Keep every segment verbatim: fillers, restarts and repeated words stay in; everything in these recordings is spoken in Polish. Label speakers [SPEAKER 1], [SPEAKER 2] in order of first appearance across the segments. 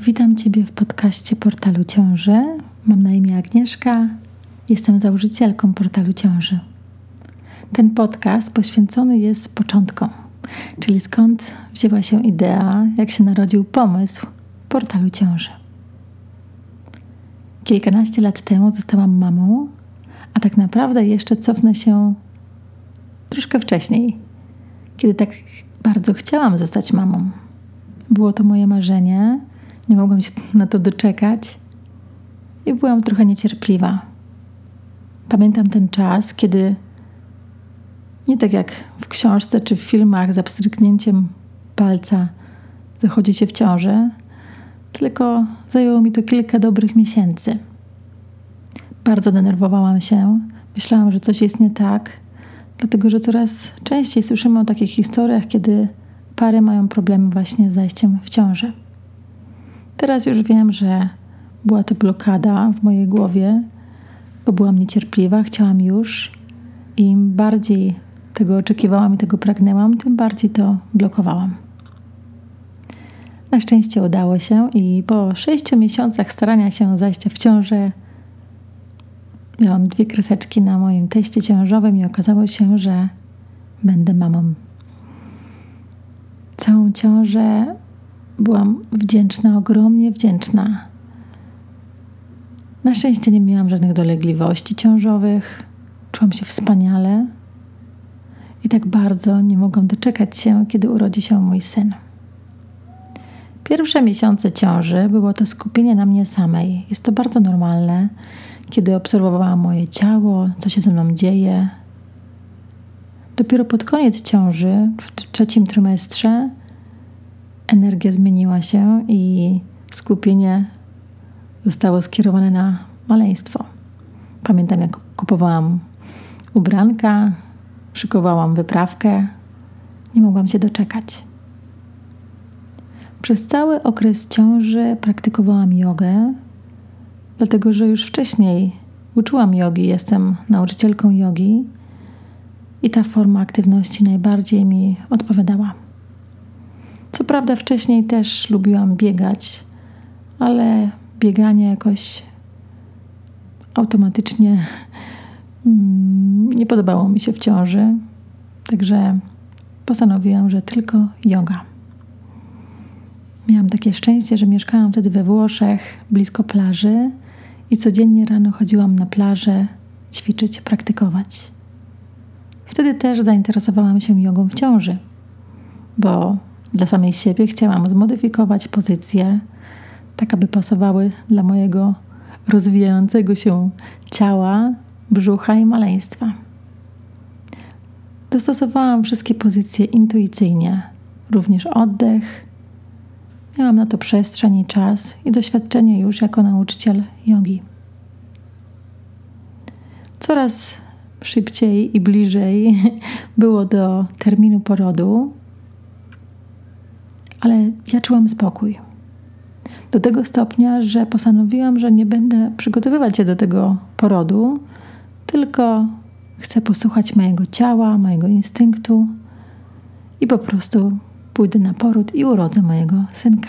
[SPEAKER 1] Witam Ciebie w podcaście Portalu Ciąży. Mam na imię Agnieszka. Jestem założycielką Portalu Ciąży. Ten podcast poświęcony jest początkom, czyli skąd wzięła się idea, jak się narodził pomysł Portalu Ciąży. Kilkanaście lat temu zostałam mamą, a tak naprawdę jeszcze cofnę się troszkę wcześniej, kiedy tak bardzo chciałam zostać mamą. Było to moje marzenie, nie mogłam się na to doczekać i byłam trochę niecierpliwa. Pamiętam ten czas, kiedy nie tak jak w książce czy w filmach za pstryknięciem palca zachodzi się w ciążę, tylko zajęło mi to kilka dobrych miesięcy. Bardzo denerwowałam się, myślałam, że coś jest nie tak, dlatego że coraz częściej słyszymy o takich historiach, kiedy pary mają problemy właśnie z zajściem w ciążę. Teraz już wiem, że była to blokada w mojej głowie, bo byłam niecierpliwa, chciałam już i im bardziej tego oczekiwałam i tego pragnęłam, tym bardziej to blokowałam. Na szczęście udało się i po sześciu miesiącach starania się zajścia w ciążę miałam dwie kreseczki na moim teście ciążowym i okazało się, że będę mamą. Całą ciążę byłam wdzięczna, ogromnie wdzięczna. Na szczęście nie miałam żadnych dolegliwości ciążowych. Czułam się wspaniale i tak bardzo nie mogłam doczekać się, kiedy urodzi się mój syn. Pierwsze miesiące ciąży było to skupienie na mnie samej. Jest to bardzo normalne, kiedy obserwowałam moje ciało, co się ze mną dzieje. Dopiero pod koniec ciąży, w trzecim trymestrze, energia zmieniła się i skupienie zostało skierowane na maleństwo. Pamiętam, jak kupowałam ubranka, szykowałam wyprawkę. Nie mogłam się doczekać. Przez cały okres ciąży praktykowałam jogę, dlatego że już wcześniej uczyłam jogi, jestem nauczycielką jogi i ta forma aktywności najbardziej mi odpowiadała. Co prawda wcześniej też lubiłam biegać, ale bieganie jakoś automatycznie mm, nie podobało mi się w ciąży, także postanowiłam, że tylko joga. Miałam takie szczęście, że mieszkałam wtedy we Włoszech, blisko plaży i codziennie rano chodziłam na plażę ćwiczyć, praktykować. Wtedy też zainteresowałam się jogą w ciąży, bo dla samej siebie chciałam zmodyfikować pozycje, tak aby pasowały dla mojego rozwijającego się ciała, brzucha i maleństwa. Dostosowałam wszystkie pozycje intuicyjnie, również oddech. Miałam na to przestrzeń i czas i doświadczenie już jako nauczyciel jogi. Coraz szybciej i bliżej było do terminu porodu, ale ja czułam spokój. Do tego stopnia, że postanowiłam, że nie będę przygotowywać się do tego porodu, tylko chcę posłuchać mojego ciała, mojego instynktu i po prostu pójdę na poród i urodzę mojego synka.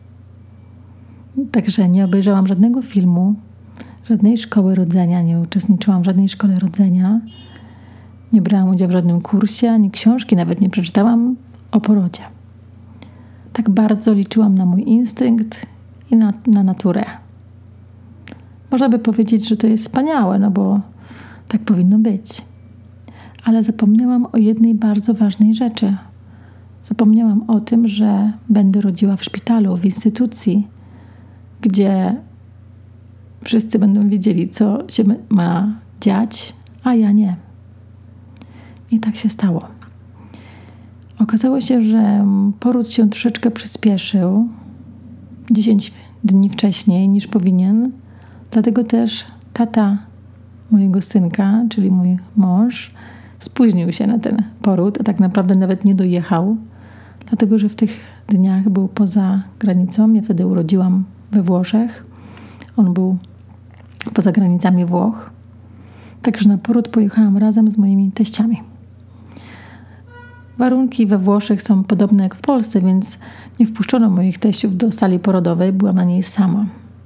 [SPEAKER 1] Także nie obejrzałam żadnego filmu, żadnej szkoły rodzenia, nie uczestniczyłam w żadnej szkole rodzenia, nie brałam udziału w żadnym kursie, ani książki nawet nie przeczytałam o porodzie. Tak bardzo liczyłam na mój instynkt i na, na naturę. Można by powiedzieć, że to jest wspaniałe, no bo tak powinno być. Ale zapomniałam o jednej bardzo ważnej rzeczy. Zapomniałam o tym, że będę rodziła w szpitalu, w instytucji, gdzie wszyscy będą wiedzieli, co się ma dziać, a ja nie. I tak się stało. Okazało się, że poród się troszeczkę przyspieszył dziesięć dni wcześniej niż powinien. Dlatego też tata mojego synka, czyli mój mąż, spóźnił się na ten poród, a tak naprawdę nawet nie dojechał, dlatego że w tych dniach był poza granicą. Ja wtedy urodziłam we Włoszech. On był poza granicami Włoch. Także na poród pojechałam razem z moimi teściami. Warunki we Włoszech są podobne jak w Polsce, więc nie wpuszczono moich teściów do sali porodowej. Byłam na niej sama.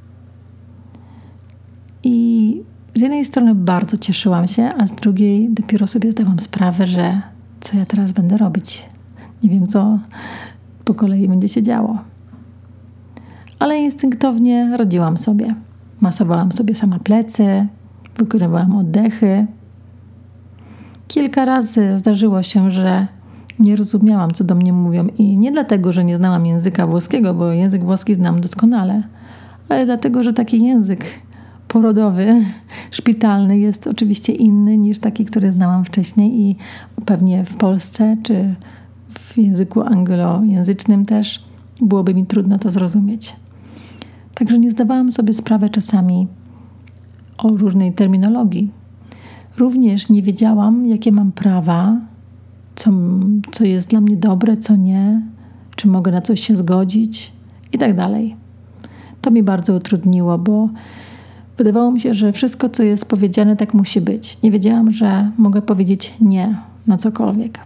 [SPEAKER 1] I z jednej strony bardzo cieszyłam się, a z drugiej dopiero sobie zdałam sprawę, że co ja teraz będę robić. Nie wiem, co po kolei będzie się działo. Ale instynktownie radziłam sobie. Masowałam sobie sama plecy, wykonywałam oddechy. Kilka razy zdarzyło się, że nie rozumiałam, co do mnie mówią i nie dlatego, że nie znałam języka włoskiego, bo język włoski znam doskonale, ale dlatego, że taki język porodowy, szpitalny jest oczywiście inny niż taki, który znałam wcześniej i pewnie w Polsce czy w języku anglojęzycznym też byłoby mi trudno to zrozumieć. Także nie zdawałam sobie sprawy czasami o różnej terminologii. Również nie wiedziałam, jakie mam prawa, co, co jest dla mnie dobre, co nie, czy mogę na coś się zgodzić i tak dalej. To mi bardzo utrudniło, bo wydawało mi się, że wszystko, co jest powiedziane, tak musi być. Nie wiedziałam, że mogę powiedzieć nie na cokolwiek.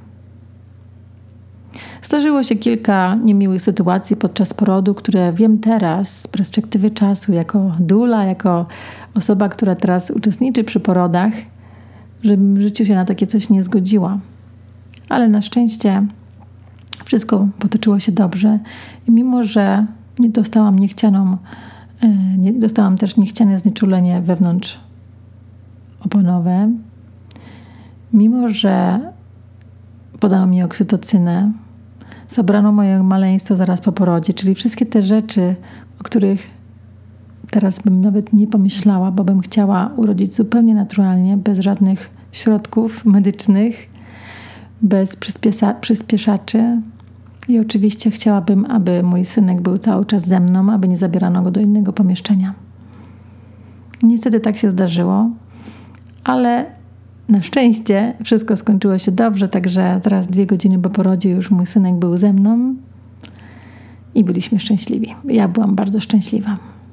[SPEAKER 1] Zdarzyło się kilka niemiłych sytuacji podczas porodu, które wiem teraz z perspektywy czasu, jako dula, jako osoba, która teraz uczestniczy przy porodach, że w życiu się na takie coś nie zgodziła. Ale na szczęście wszystko potoczyło się dobrze i mimo, że nie dostałam niechcianą, nie dostałam też niechciane znieczulenie wewnątrz oponowe, mimo, że podano mi oksytocynę, zabrano moje maleństwo zaraz po porodzie, czyli wszystkie te rzeczy, o których teraz bym nawet nie pomyślała, bo bym chciała urodzić zupełnie naturalnie, bez żadnych środków medycznych, bez przyspiesza- przyspieszaczy. I oczywiście chciałabym, aby mój synek był cały czas ze mną, aby nie zabierano go do innego pomieszczenia. Niestety tak się zdarzyło, ale na szczęście wszystko skończyło się dobrze, także zaraz dwie godziny po porodzie już mój synek był ze mną i byliśmy szczęśliwi. Ja byłam bardzo szczęśliwa.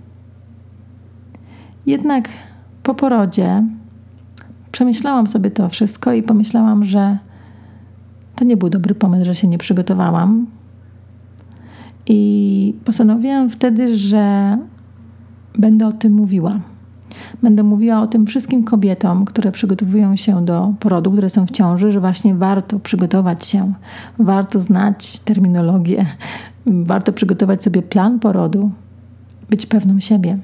[SPEAKER 1] Jednak po porodzie przemyślałam sobie to wszystko i pomyślałam, że to nie był dobry pomysł, że się nie przygotowałam. I postanowiłam wtedy, że będę o tym mówiła. Będę mówiła o tym wszystkim kobietom, które przygotowują się do porodu, które są w ciąży, że właśnie warto przygotować się, warto znać terminologię, warto przygotować sobie plan porodu, być pewną siebie.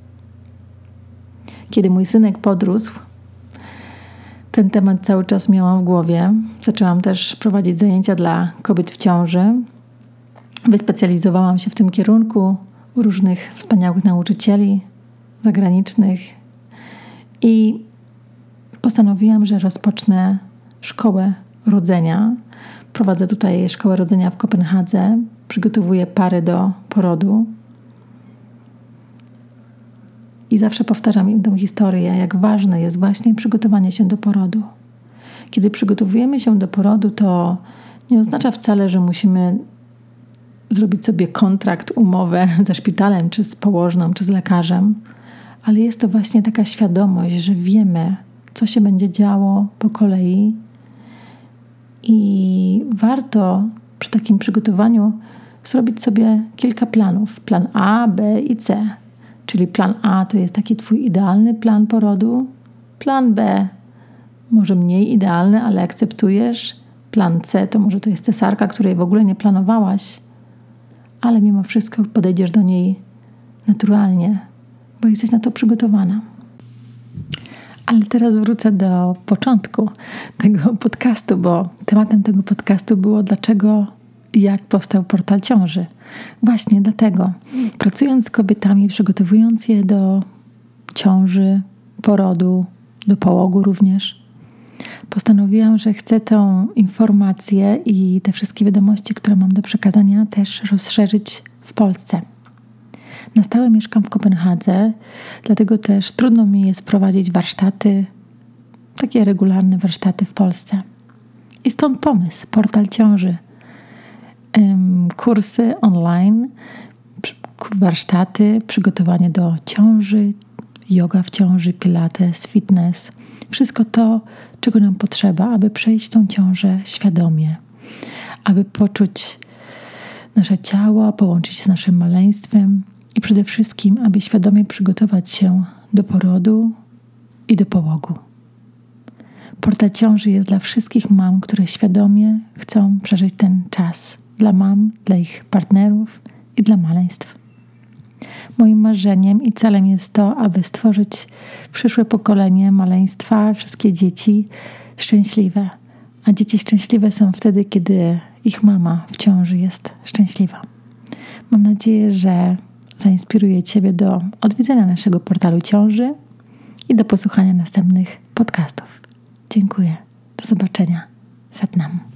[SPEAKER 1] Kiedy mój synek podrósł, ten temat cały czas miałam w głowie. Zaczęłam też prowadzić zajęcia dla kobiet w ciąży. Wyspecjalizowałam się w tym kierunku u różnych wspaniałych nauczycieli zagranicznych i postanowiłam, że rozpocznę szkołę rodzenia. Prowadzę tutaj szkołę rodzenia w Kopenhadze. Przygotowuję pary do porodu. I zawsze powtarzam im tę historię, jak ważne jest właśnie przygotowanie się do porodu. Kiedy przygotowujemy się do porodu, to nie oznacza wcale, że musimy zrobić sobie kontrakt, umowę ze szpitalem, czy z położną, czy z lekarzem, ale jest to właśnie taka świadomość, że wiemy, co się będzie działo po kolei i warto przy takim przygotowaniu zrobić sobie kilka planów. Plan A, B i C. Czyli plan A to jest taki twój idealny plan porodu. Plan B może mniej idealny, ale akceptujesz. Plan C to może to jest cesarka, której w ogóle nie planowałaś, ale mimo wszystko podejdziesz do niej naturalnie, bo jesteś na to przygotowana. Ale teraz wrócę do początku tego podcastu, bo tematem tego podcastu było dlaczego i jak powstał portal ciąży. Właśnie dlatego, pracując z kobietami, przygotowując je do ciąży, porodu, do połogu również, postanowiłam, że chcę tę informację i te wszystkie wiadomości, które mam do przekazania, też rozszerzyć w Polsce. Na stałe mieszkam w Kopenhadze, dlatego też trudno mi jest prowadzić warsztaty, takie regularne warsztaty w Polsce. I stąd pomysł, portal ciąży. Kursy online, warsztaty, przygotowanie do ciąży, yoga w ciąży, pilates, fitness. Wszystko to, czego nam potrzeba, aby przejść tą ciążę świadomie. aby poczuć nasze ciało, połączyć się z naszym maleństwem i przede wszystkim, aby świadomie przygotować się do porodu i do połogu. Portal ciąży jest dla wszystkich mam, które świadomie chcą przeżyć ten czas. Dla mam, dla ich partnerów i dla maleństw. Moim marzeniem i celem jest to, aby stworzyć przyszłe pokolenie maleństwa, wszystkie dzieci szczęśliwe. A dzieci szczęśliwe są wtedy, kiedy ich mama w ciąży jest szczęśliwa. Mam nadzieję, że zainspiruję Ciebie do odwiedzenia naszego portalu ciąży i do posłuchania następnych podcastów. Dziękuję. Do zobaczenia. Sat Nam.